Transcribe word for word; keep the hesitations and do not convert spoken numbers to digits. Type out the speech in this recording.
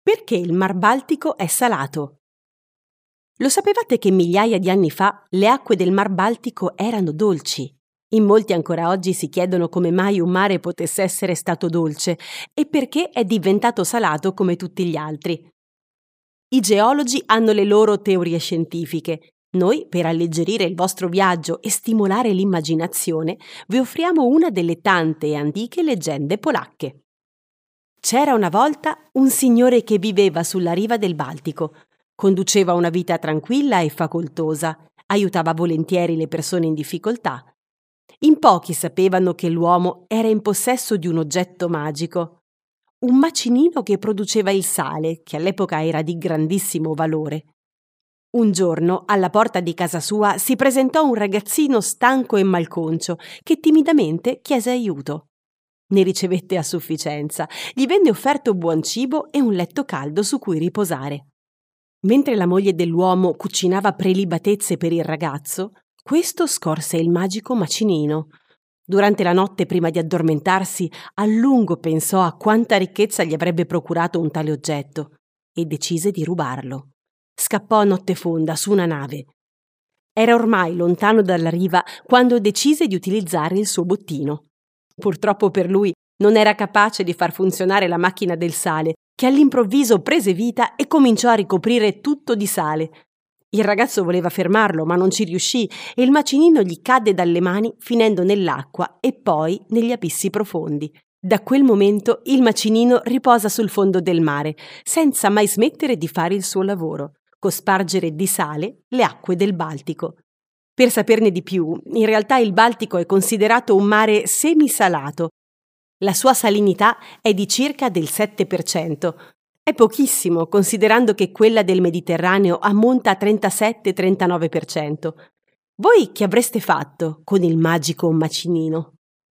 Perché il Mar Baltico è salato? Lo sapevate che migliaia di anni fa le acque del Mar Baltico erano dolci? In molti ancora oggi si chiedono come mai un mare potesse essere stato dolce e perché è diventato salato come tutti gli altri. I geologi hanno le loro teorie scientifiche. Noi, per alleggerire il vostro viaggio e stimolare l'immaginazione, vi offriamo una delle tante e antiche leggende polacche. C'era una volta un signore che viveva sulla riva del Baltico. Conduceva una vita tranquilla e facoltosa, aiutava volentieri le persone in difficoltà. In pochi sapevano che l'uomo era in possesso di un oggetto magico, un macinino che produceva il sale, che all'epoca era di grandissimo valore. Un giorno, alla porta di casa sua, si presentò un ragazzino stanco e malconcio, che timidamente chiese aiuto. Ne ricevette a sufficienza, gli venne offerto buon cibo e un letto caldo su cui riposare. Mentre la moglie dell'uomo cucinava prelibatezze per il ragazzo, questo scorse il magico macinino. Durante la notte, prima di addormentarsi, a lungo pensò a quanta ricchezza gli avrebbe procurato un tale oggetto e decise di rubarlo. Scappò a notte fonda su una nave. Era ormai lontano dalla riva quando decise di utilizzare il suo bottino. Purtroppo per lui non era capace di far funzionare la macchina del sale, che all'improvviso prese vita e cominciò a ricoprire tutto di sale. Il ragazzo voleva fermarlo, ma non ci riuscì e il macinino gli cadde dalle mani, finendo nell'acqua e poi negli abissi profondi. Da quel momento il macinino riposa sul fondo del mare, senza mai smettere di fare il suo lavoro, cospargere di sale le acque del Baltico. Per saperne di più, in realtà il Baltico è considerato un mare semisalato. La sua salinità è di circa del sette per cento. È pochissimo, considerando che quella del Mediterraneo ammonta a trentasette trentanove per cento. Voi che avreste fatto con il magico macinino?